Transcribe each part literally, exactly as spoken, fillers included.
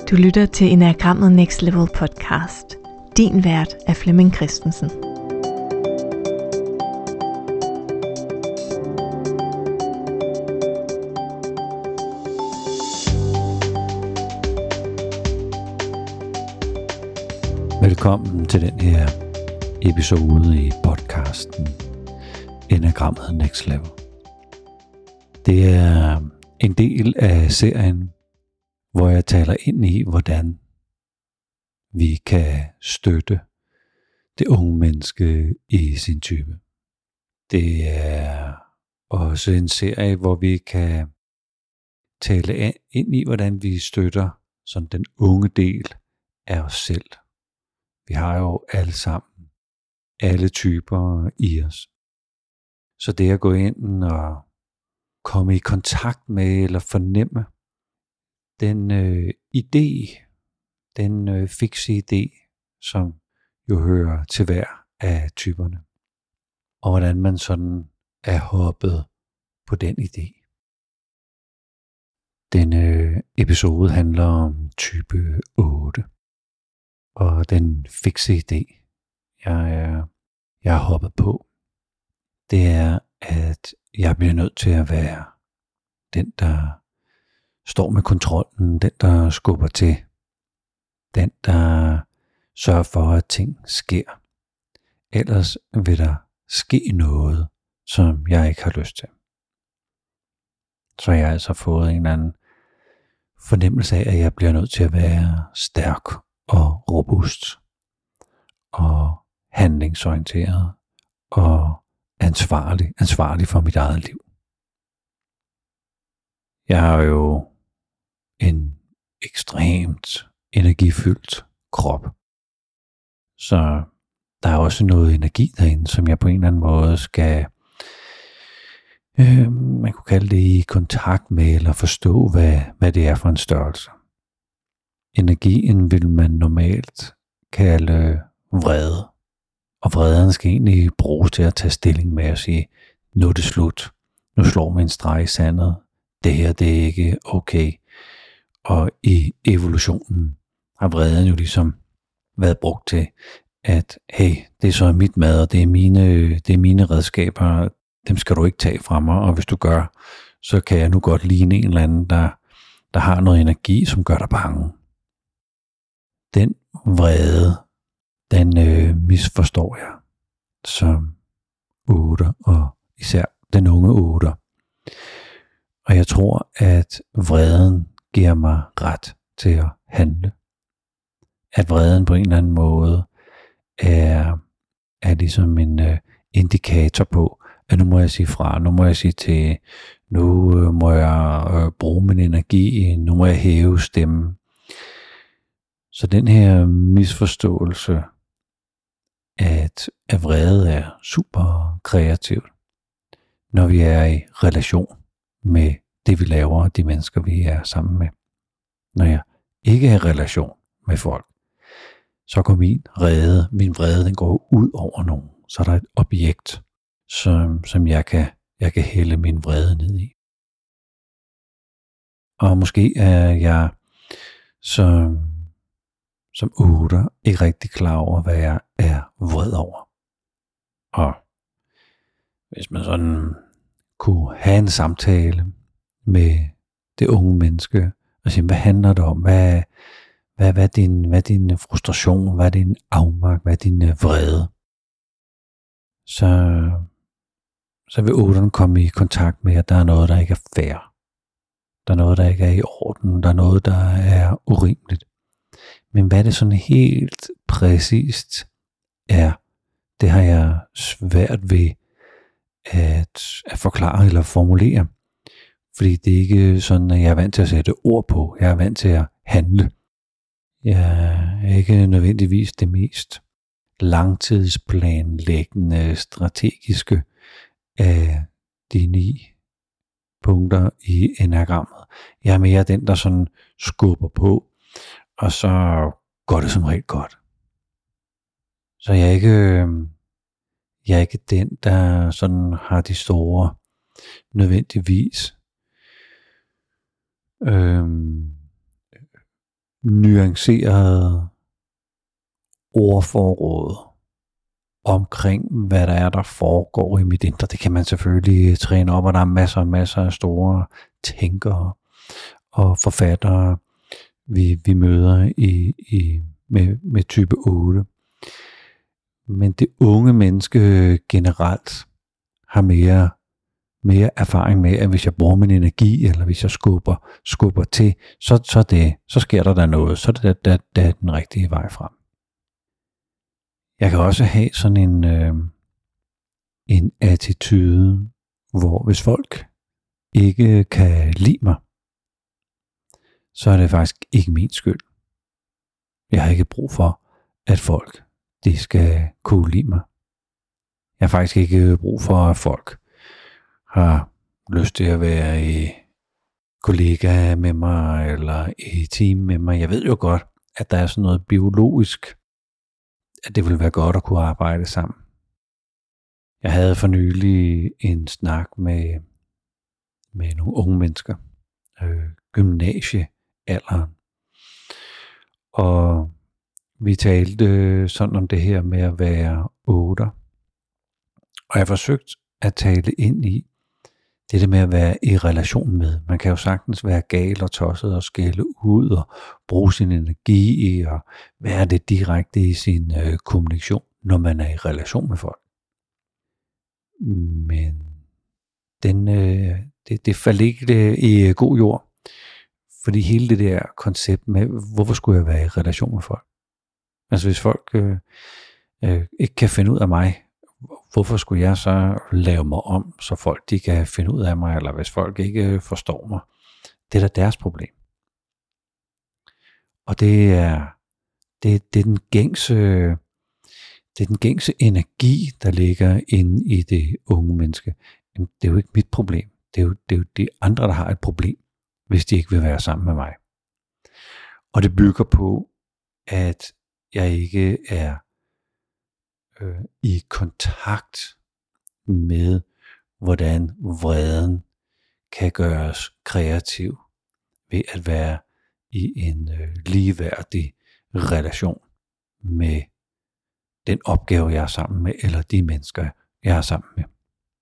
Du lytter til Enagrammet Next Level podcast. Din vært er Flemming Christensen. Velkommen til den her episode i podcasten Enagrammet Next Level. Det er en del af serien, hvor jeg taler ind i, hvordan vi kan støtte det unge menneske i sin type. Det er også en serie, hvor vi kan tale ind i, hvordan vi støtter sådan den unge del af os selv. Vi har jo alle sammen, alle typer i os. Så det at gå ind og komme i kontakt med eller fornemme den øh, idé, den øh, fikse idé, som jo hører til hver af typerne. Og hvordan man sådan er hoppet på den idé. Denne øh, episode handler om type otte. Og den fikse idé, jeg er, jeg er hoppet på, det er, at jeg bliver nødt til at være den, der står med kontrollen, den, der skubber til, den, der sørger for, at ting sker. Ellers vil der ske noget, som jeg ikke har lyst til. Så jeg har altså fået en eller anden fornemmelse af, at jeg bliver nødt til at være stærk og robust og handlingsorienteret og ansvarlig, ansvarlig for mit eget liv. Jeg har jo en ekstremt energifyldt krop, så der er også noget energi derinde, som jeg på en eller anden måde skal, øh, man kunne kalde det i kontakt med, eller forstå, hvad, hvad det er for en størrelse. Energien vil man normalt kalde vrede. Og vreden skal egentlig bruges til at tage stilling med og sige, nu er det slut. Nu slår vi en streg i sandet. Det her, det er ikke okay. Og i evolutionen har vreden jo ligesom været brugt til, at hey, det er så mit mad, og det er mine, det er mine redskaber. Dem skal du ikke tage fra mig, og hvis du gør, så kan jeg nu godt ligne en eller anden, der, der har noget energi, som gør dig bange. Den vrede, den øh, misforstår jeg som otter, og især den unge otter. Og jeg tror, at vreden giver mig ret til at handle. At vreden på en eller anden måde er, er ligesom en øh, indikator på, at nu må jeg sige fra, nu må jeg sige til, nu øh, må jeg øh, bruge min energi, nu må jeg hæve stemmen. Så den her misforståelse, at, at vrede er super kreativt, når vi er i relation med det, vi laver, og de mennesker, vi er sammen med. Når jeg ikke er i relation med folk, så går min vrede, min vrede, den går ud over nogen. Så er der et objekt, som, som jeg, kan, jeg kan hælde min vrede ned i. Og måske er jeg som som otter ikke rigtig klar over, hvad jeg er vred over. Og hvis man sådan kunne have en samtale med det unge menneske, og sige, hvad handler det om? Hvad, hvad, hvad, er, din, hvad er din frustration? Hvad er din afmagt? Hvad er din vrede? Så, så vil otteren komme i kontakt med, at der er noget, der ikke er fair. Der er noget, der ikke er i orden. Der er noget, der er urimeligt. Men hvad det sådan helt præcist er, det har jeg svært ved at, at forklare eller formulere. Fordi det er ikke sådan, at jeg er vant til at sætte ord på. Jeg er vant til at handle. Jeg er ikke nødvendigvis det mest langtidsplanlæggende, strategiske af de ni punkter i enagrammet. Jeg er mere den, der sådan skubber på. Og så går det som regel godt. Så jeg er ikke, jeg er ikke den, der sådan har de store, nødvendigvis, øhm, nuanceret ordforråd omkring, hvad der er, der foregår i mit indre. Det kan man selvfølgelig træne op, og der er masser og masser af store tænkere og forfattere, vi, vi møder i, i, med, med type otte. Men det unge menneske generelt har mere, mere erfaring med, at hvis jeg bruger min energi, eller hvis jeg skubber, skubber til, så, så, det, så sker der der noget. Så er det der, der, der er den rigtige vej frem. Jeg kan også have sådan en, øh, en attitude, hvor hvis folk ikke kan lide mig, så er det faktisk ikke min skyld. Jeg har ikke brug for, at folk de skal kunne lide mig. Jeg har faktisk ikke brug for, at folk har lyst til at være i kollega med mig, eller i team med mig. Jeg ved jo godt, at der er sådan noget biologisk, at det ville være godt at kunne arbejde sammen. Jeg havde for nylig en snak med, med nogle unge mennesker, øh, gymnasiealderen, og vi talte sådan om det her med at være otter, og jeg forsøgte at tale ind i det der med at være i relation med. Man kan jo sagtens være gal og tosset og skælde ud og bruge sin energi i og være det direkte i sin øh, kommunikation, når man er i relation med folk. Men den, øh, det, det faldt ikke i god jord, fordi hele det der koncept med, hvorfor skulle jeg være i relation med folk? Altså hvis folk øh, øh, ikke kan finde ud af mig, hvorfor skulle jeg så lave mig om, så folk de kan finde ud af mig, eller hvis folk ikke forstår mig? Det er da deres problem. Og det er, det, det er den gængse, det er den gængse energi, der ligger inde i det unge menneske. Jamen, det er jo ikke mit problem. Det er jo, det er jo de andre, der har et problem, hvis de ikke vil være sammen med mig. Og det bygger på, at jeg ikke er øh, i kontakt med, hvordan vreden kan gøres kreativ ved at være i en øh, ligeværdig relation med den opgave, jeg er sammen med, eller de mennesker, jeg er sammen med.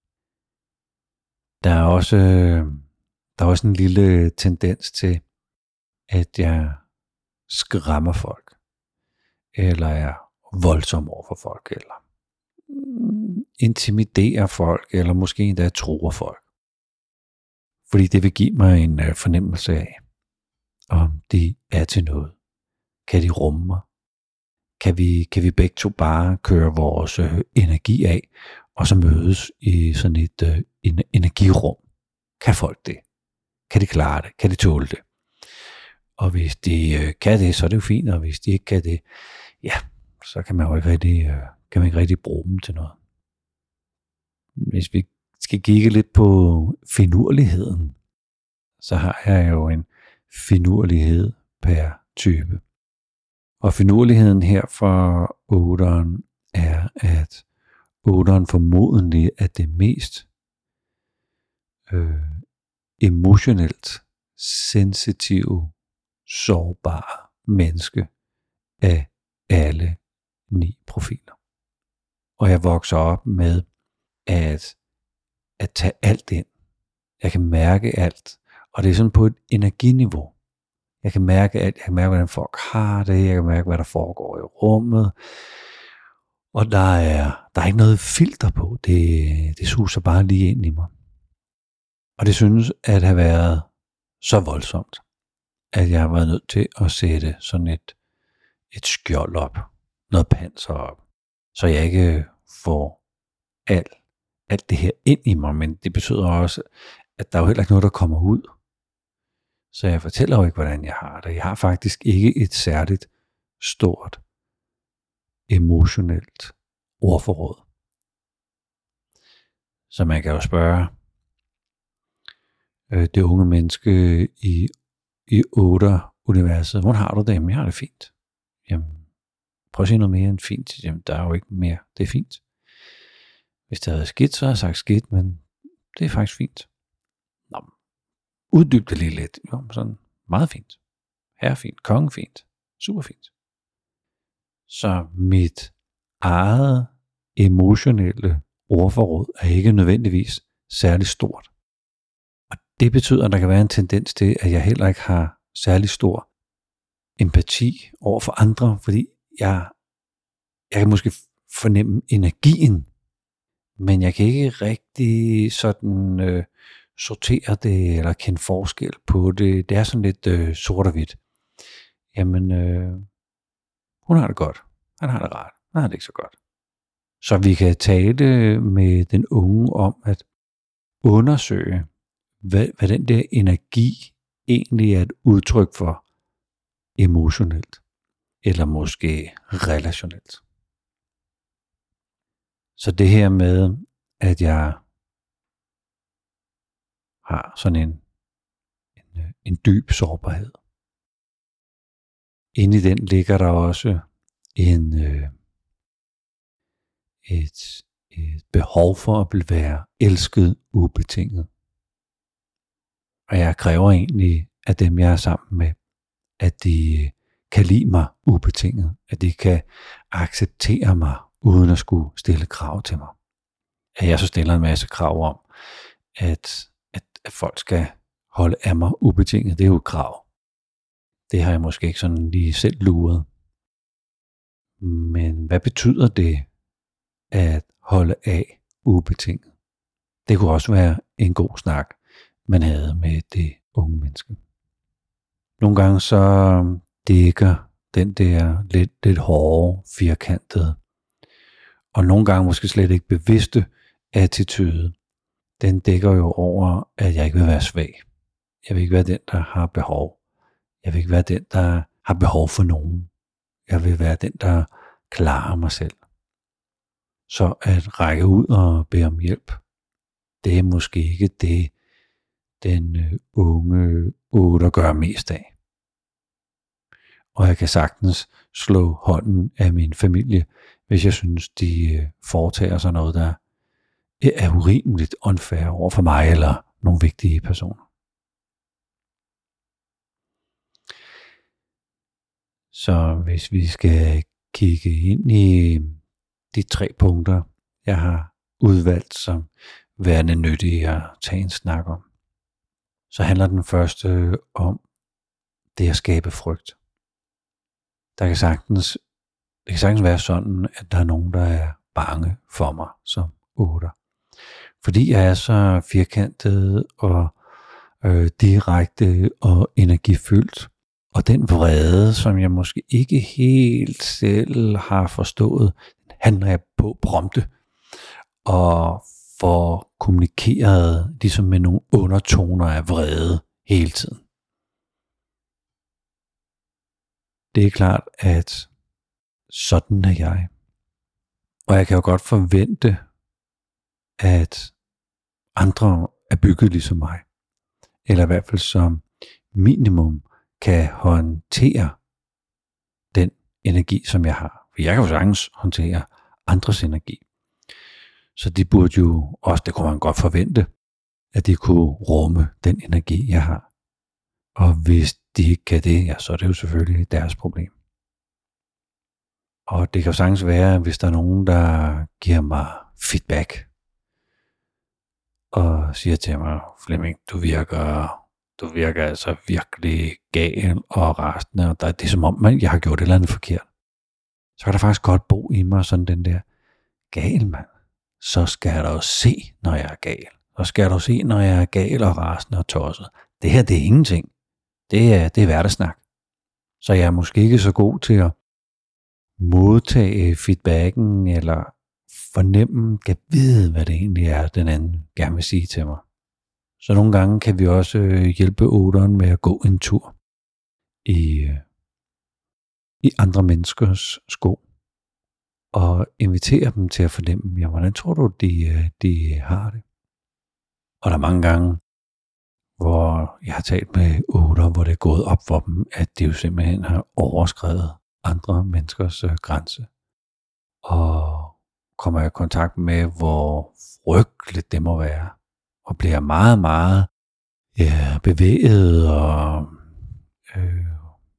Der er også, øh, der er også en lille tendens til, at jeg skræmmer folk, eller er voldsom over for folk, eller intimiderer folk, eller måske endda truer folk. Fordi det vil give mig en øh, fornemmelse af, om de er til noget. Kan de rumme mig? Kan vi, kan vi begge to bare køre vores øh, energi af, og så mødes i sådan et øh, en, energirum? Kan folk det? Kan de klare det? Kan de tåle det? Og hvis de øh, kan det, så er det jo fint, og hvis de ikke kan det, ja, så kan man jo ikke rigtig, øh, kan man ikke rigtig bruge dem til noget. Hvis vi skal kigge lidt på finurligheden, så har jeg jo en finurlighed per type. Og finurligheden her for otteren er, at otteren formodentlig er det mest øh, emotionelt sensitive, sårbare menneske af alle ni profiler. Og jeg vokser op med at, at tage alt ind. Jeg kan mærke alt. Og det er sådan på et energiniveau. Jeg kan mærke alt. Jeg kan mærke, hvordan folk har det. Jeg kan mærke, hvad der foregår i rummet. Og der er, der er ikke noget filter på. Det, det suser bare lige ind i mig. Og det synes at have været så voldsomt, at jeg har været nødt til at sætte sådan et, et skjold op. Noget panser op. Så jeg ikke får alt, alt det her ind i mig. Men det betyder også, at der er jo heller ikke noget, der kommer ud. Så jeg fortæller jo ikke, hvordan jeg har det. Jeg har faktisk ikke et særligt stort emotionelt ordforråd. Så man kan jo spørge øh, det unge menneske i, i otter-universet, hvordan har du det? Jamen, jeg har det fint. Jamen, prøv at sige noget mere end fint. Jamen, der er jo ikke mere. Det er fint. Hvis det havde været skidt, så har jeg sagt skidt, men det er faktisk fint. Nå, uddyb det lige lidt. Jo, sådan meget fint. herrefint, kongefint, superfint. Så mit eget emotionelle ordforråd er ikke nødvendigvis særlig stort. Og det betyder, at der kan være en tendens til, at jeg heller ikke har særlig stor empati over for andre, fordi jeg, jeg kan måske fornemme energien, men jeg kan ikke rigtig sådan øh, sortere det, eller kende forskel på det. Det er sådan lidt øh, sort og hvidt. Jamen, øh, hun har det godt. Han har det rart. Han har det ikke så godt. Så vi kan tale med den unge om at undersøge, hvad, hvad den der energi egentlig er et udtryk for emotionelt, eller måske relationelt. Så det her med, at jeg har sådan en, en, en dyb sårbarhed. Inde i den ligger der også en, øh, et, et behov for at blive være elsket ubetinget. Og jeg kræver egentlig af dem, jeg er sammen med, at de kan lide mig ubetinget. At de kan acceptere mig, uden at skulle stille krav til mig. At jeg så stiller en masse krav om, at, at, at folk skal holde af mig ubetinget. Det er jo et krav. Det har jeg måske ikke sådan lige selv luret. Men hvad betyder det at holde af ubetinget? Det kunne også være en god snak, man havde med det unge menneske. Nogle gange så dækker den der lidt, lidt hårde, firkantede, og nogle gange måske slet ikke bevidste attitude, den dækker jo over, at jeg ikke vil være svag. Jeg vil ikke være den, der har behov. Jeg vil ikke være den, der har behov for nogen. Jeg vil være den, der klarer mig selv. Så at række ud og bede om hjælp, det er måske ikke det, den unge otter gør mest af. Og jeg kan sagtens slå hånden af min familie, hvis jeg synes, de foretager sig noget, der er urimeligt unfair over for mig eller nogle vigtige personer. Så hvis vi skal kigge ind i de tre punkter, jeg har udvalgt som værende nyttige at tage en snak om, så handler den første om det at skabe frygt. Der kan sagtens, det kan sagtens være sådan, at der er nogen, der er bange for mig som otter. Fordi jeg er så firkantet og øh, direkte og energifyldt. Og den vrede, som jeg måske ikke helt selv har forstået, handler jeg på prompte og får kommunikeret ligesom med nogle undertoner af vrede hele tiden. Det er klart, at sådan er jeg. Og jeg kan jo godt forvente, at andre er bygget ligesom mig. Eller i hvert fald som minimum kan håndtere den energi, som jeg har. For jeg kan jo sagtens håndtere andres energi. Så de burde jo også, det kunne man godt forvente, at de kunne rumme den energi, jeg har. Og hvis de ikke kan det, ja, så er det jo selvfølgelig deres problem. Og det kan jo sagtens være, hvis der er nogen, der giver mig feedback, og siger til mig, Flemming, du virker, du virker altså virkelig gal og rasende, og der, det er som om, jeg har gjort et eller andet forkert. Så kan der faktisk godt bo i mig sådan den der, gal mand, så skal der jo se, når jeg er gal. Så skal du se, når jeg er gal og rasende og tosset. Det her, det er ingenting. Det er, det er hverdagssnak. Så jeg er måske ikke så god til at modtage feedbacken, eller fornemme, kan vide, hvad det egentlig er, den anden gerne vil sige til mig. Så nogle gange kan vi også hjælpe otteren med at gå en tur i, i andre menneskers sko, og invitere dem til at fornemme, ja, hvordan tror du, de, de har det? Og der er mange gange, hvor jeg har talt med otter, hvor det er gået op for dem, at de jo simpelthen har overskredet andre menneskers øh, grænse. Og kommer jeg i kontakt med, hvor frygteligt det må være. Og bliver meget, meget ja, bevæget og øh,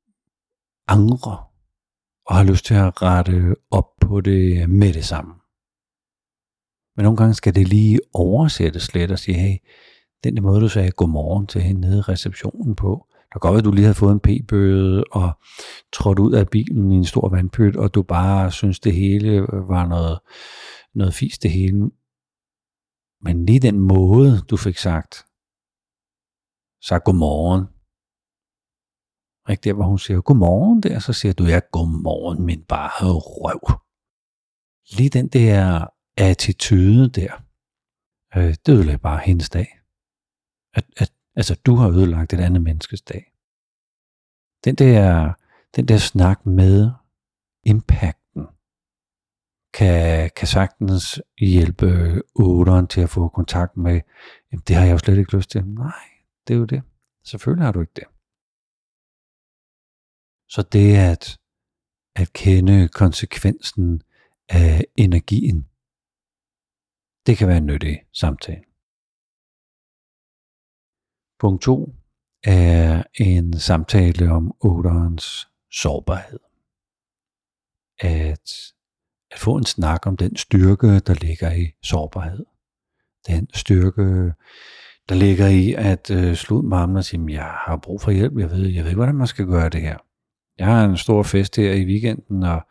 angrer og har lyst til at rette op på det med det samme. Men nogle gange skal det lige oversættes lidt og sige, hey, den der måde, du sagde godmorgen til hende nede i receptionen på, der kan godt være, at du lige havde fået en p-bøde og trådt ud af bilen i en stor vandpyt, og du bare synes, det hele var noget, noget fis det hele. Men lige den måde, du fik sagt, sagt godmorgen, ikke der, hvor hun siger godmorgen der, så siger du, ja, godmorgen, min bare røv. Lige den der attitude der, øh, det ødelagde bare hendes dag. At, at, altså, du har ødelagt et andet menneskes dag. Den der, den der snak med impacten, kan, kan sagtens hjælpe otteren til at få kontakt med, jamen, det har jeg jo slet ikke lyst til. Nej, det er jo det. Selvfølgelig har du ikke det. Så det at, at kende konsekvensen af energien, det kan være en nyttig samtale. Punkt to er en samtale om otterens sårbarhed. At, at få en snak om den styrke, der ligger i sårbarhed. Den styrke, der ligger i at øh, slutte med armen og sige, jeg har brug for hjælp, jeg ved, jeg ved ikke, hvordan man skal gøre det her. Jeg har en stor fest her i weekenden, og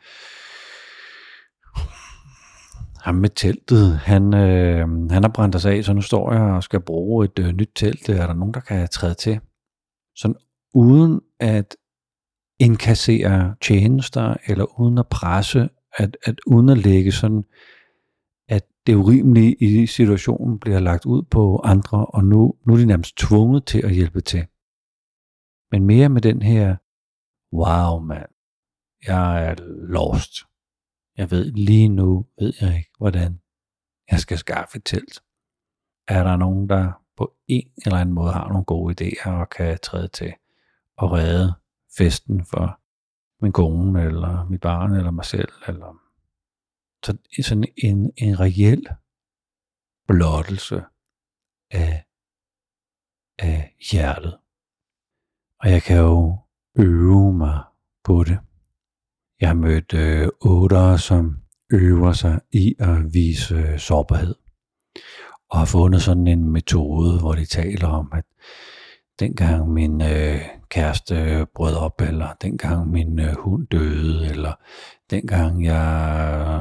ham med teltet, han, øh, han har brændt sig af, så nu står jeg og skal bruge et øh, nyt telt. Er der nogen, der kan træde til? Sådan uden at indkassere tjenester, eller uden at presse, at, at uden at lægge sådan, at det urimelige i situationen bliver lagt ud på andre, og nu, nu er de nærmest tvunget til at hjælpe til. Men mere med den her, wow mand, jeg er lost. Jeg ved lige nu, ved jeg ikke, hvordan jeg skal skaffe et telt. Er der nogen, der på en eller anden måde har nogle gode idéer og kan træde til og redde festen for min kone, eller mit barn, eller mig selv, eller så sådan en, en reel blottelse af, af hjertet. Og jeg kan jo øve mig på det. Jeg har mødt øh, otter, som øver sig i at vise øh, sårbarhed. Og har fundet sådan en metode, hvor de taler om, at dengang min øh, kæreste brød op, eller dengang min øh, hund døde, eller dengang jeg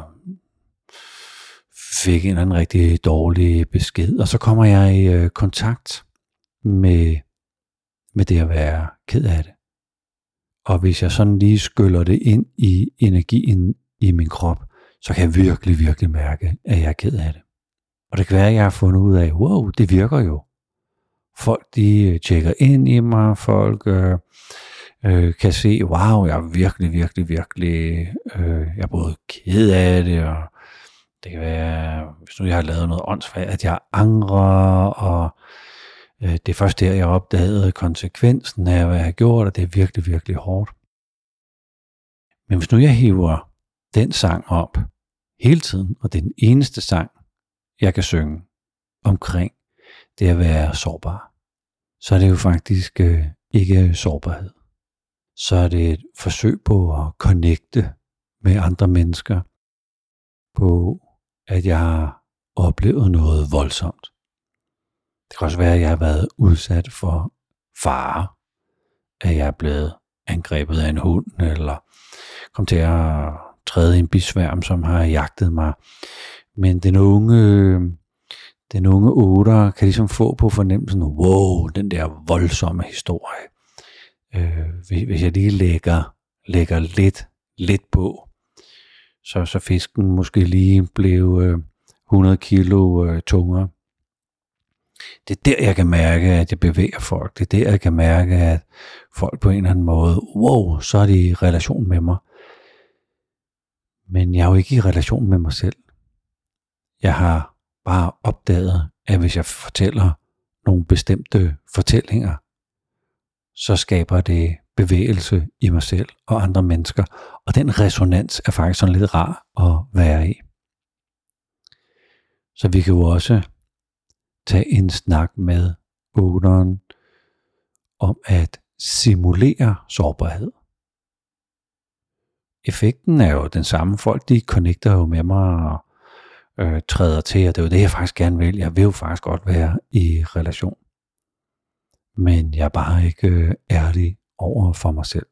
fik en eller anden rigtig dårlig besked. Og så kommer jeg i øh, kontakt med, med det at være ked af det. Og hvis jeg sådan lige skyller det ind i energien i min krop, så kan jeg virkelig, virkelig mærke, at jeg er ked af det. Og det kan være, at jeg har fundet ud af, wow, det virker jo. Folk, de tjekker ind i mig, folk øh, øh, kan se, wow, jeg er virkelig, virkelig, virkelig, øh, jeg er både ked af det, og det kan være, hvis nu jeg har lavet noget åndssvagt, at jeg angrer, og øh, det er først der, jeg opdagede konsekvensen af, hvad jeg har gjort, og det er virkelig, virkelig hårdt. Men hvis nu jeg hiver den sang op hele tiden, og det er den eneste sang, jeg kan synge omkring det at være sårbar, så er det jo faktisk øh, ikke sårbarhed. Så er det et forsøg på at connecte med andre mennesker, på at jeg har oplevet noget voldsomt. Det kan også være, at jeg har været udsat for fare, at jeg er blevet angrebet af en hund, eller kom til at træde i en bisværm, som har jagtet mig. Men den unge, den unge otter kan ligesom få på fornemmelsen, wow, den der voldsomme historie. Øh, hvis jeg lige lægger, lægger lidt, lidt på, så, så fisken måske lige blev øh, hundrede kilo øh, tungere. Det er der, jeg kan mærke, at jeg bevæger folk. Det er der, jeg kan mærke, at folk på en eller anden måde, wow, så er de i relation med mig. Men jeg er jo ikke i relation med mig selv. Jeg har bare opdaget, at hvis jeg fortæller nogle bestemte fortællinger, så skaber det bevægelse i mig selv og andre mennesker. Og den resonans er faktisk sådan lidt rar at være i. Så vi kan jo også tage en snak med otteren om at simulere sårbarhed. effekten er jo den samme. Folk, de connecter jo med mig og øh, træder til, og det er jo det, jeg faktisk gerne vil. Jeg vil jo faktisk godt være i relation. Men jeg er bare ikke øh, ærlig over for mig selv.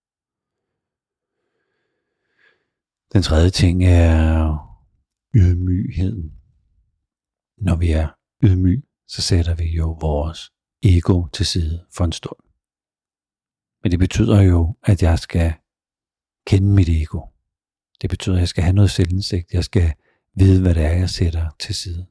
Den tredje ting er ydmygheden. Når vi er ydmyg, så sætter vi jo vores ego til side for en stund. Men det betyder jo, at jeg skal kende mit ego. Det betyder, at jeg skal have noget selvindsigt. Jeg skal vide, hvad det er, jeg sætter til side.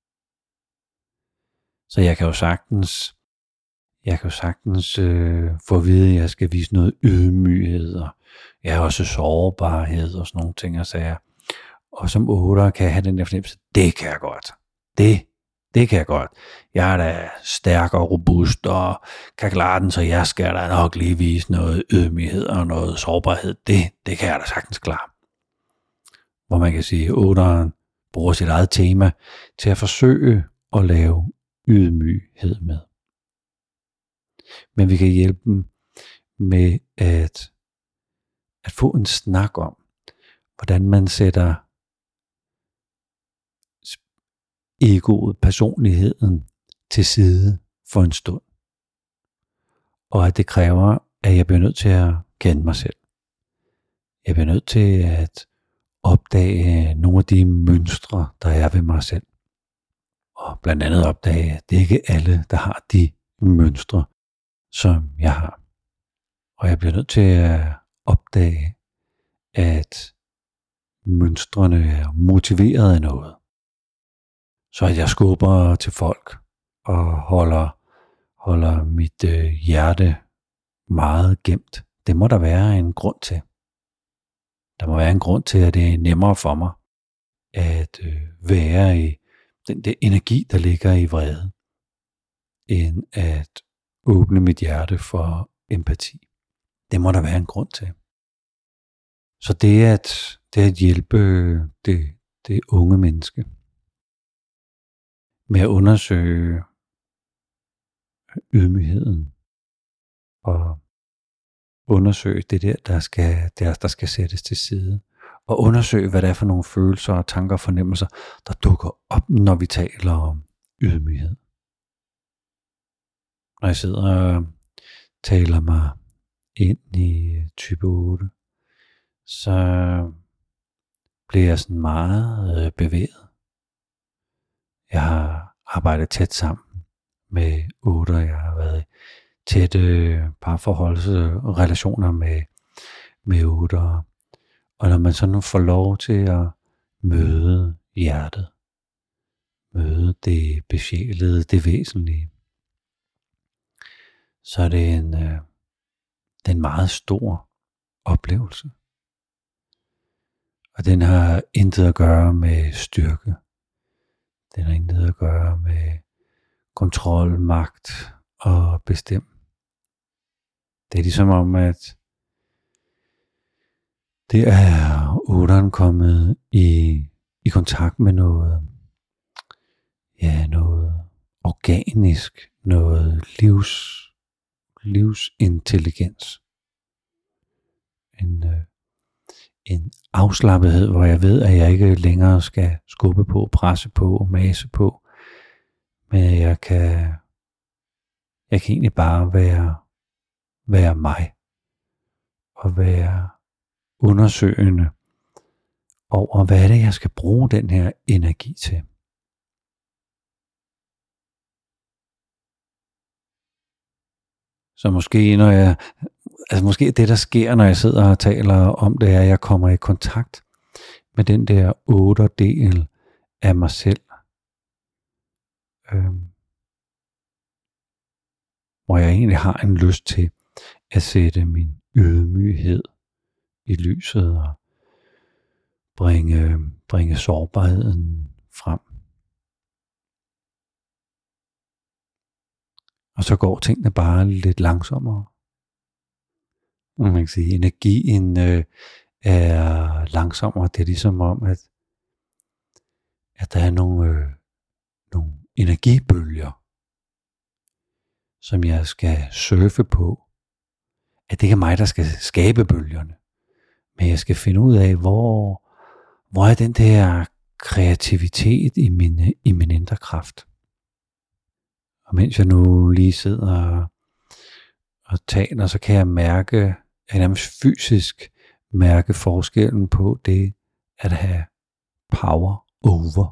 Så jeg kan jo sagtens, jeg kan jo sagtens øh, få at vide, at jeg skal vise noget ydmyghed, og jeg har også sårbarhed og sådan nogle ting og sager. Og som otter kan jeg have den der fornemmelse, det kan jeg godt. Det, det kan jeg godt. Jeg er da stærk og robust og kan klare den, så jeg skal da nok lige vise noget ydmyghed og noget sårbarhed. Det, det kan jeg da sagtens klare. Hvor man kan sige, at otteren bruger sit eget tema til at forsøge at lave ydmyghed med. Men vi kan hjælpe dem med at, at få en snak om, hvordan man sætter egoet, personligheden til side for en stund. Og at det kræver, at jeg bliver nødt til at kende mig selv. Jeg bliver nødt til at opdage nogle af de mønstre, der er ved mig selv. Og blandt andet opdage, at det ikke er alle, der har de mønstre, som jeg har. Og jeg bliver nødt til at opdage, at mønstrene er motiveret af noget. Så at jeg skubber til folk og holder, holder mit øh, hjerte meget gemt. Det må der være en grund til. Der må være en grund til, at det er nemmere for mig at øh, være i den der energi, der ligger i vrede, end at åbne mit hjerte for empati. Det må der være en grund til. Så det er at, det er at hjælpe det, det unge menneske med at undersøge ydmygheden og undersøge det der, der skal, der, der skal sættes til side. Og undersøge, hvad det er for nogle følelser og tanker og fornemmelser, der dukker op, når vi taler om ydmyghed. Når jeg sidder og taler mig ind i type otte, så bliver jeg sådan meget bevæget. Jeg har arbejdet tæt sammen med otter. Jeg har været i tætte parforholdsrelationer med, med otter. Og når man så nu får lov til at møde hjertet, møde det besjælede, det væsentlige, så er det en, øh, det er en meget stor oplevelse. Og den har intet at gøre med styrke. Den har intet at gøre med kontrol, magt og bestemme. Det er ligesom om, at det er otteren kommet i, i kontakt med noget, ja, noget organisk, noget livs, livsintelligens. En, øh, en afslappethed, hvor jeg ved, at jeg ikke længere skal skubbe på, presse på, mase på, men jeg kan, jeg kan egentlig bare være, være mig, og være undersøgende over, hvad er det, jeg skal bruge den her energi til. Så måske når jeg, altså måske det der sker, når jeg sidder og taler om det, er, at jeg kommer i kontakt med den der otterdel af mig selv, øhm, hvor jeg egentlig har en lyst til at sætte min ydmyghed i lyset og bringe, bringe sårbarheden frem. Og så går tingene bare lidt langsommere. Man kan sige, energien øh, er langsommere. Det er ligesom om, at, at der er nogle, øh, nogle energibølger, som jeg skal surfe på. At det ikke er mig, der skal skabe bølgerne, Men jeg skal finde ud af, hvor, hvor er den der kreativitet i min, i min indre kraft. Og mens jeg nu lige sidder og taler, så kan jeg mærke, jeg nærmest fysisk mærke forskellen på det at have power over,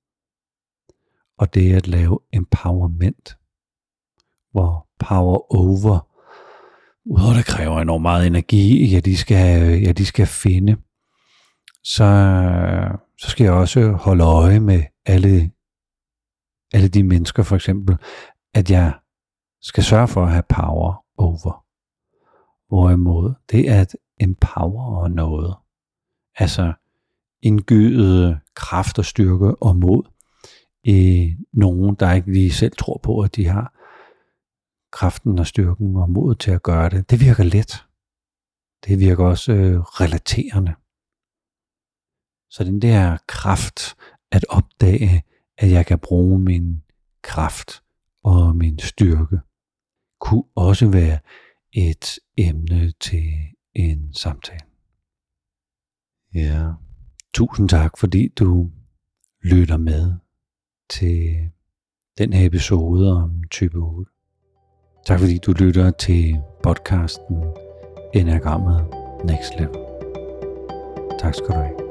og det at lave empowerment. Hvor power over, udover det kræver enormt meget energi, ja, de skal, ja, de skal finde, så, så skal jeg også holde øje med alle, alle de mennesker, for eksempel, at jeg skal sørge for at have power over. Hvorimod det at empower noget, altså indgyde kraft og styrke og mod i nogen, der ikke lige selv tror på, at de har kraften og styrken og modet til at gøre det, det virker let. Det virker også øh, relaterende. Så den der kraft at opdage, at jeg kan bruge min kraft og min styrke, kunne også være et emne til en samtale. Ja, tusind tak, fordi du lytter med til den her episode om type otte. Tak fordi du lytter til podcasten Enagrammet Next Level. Tak skal du have.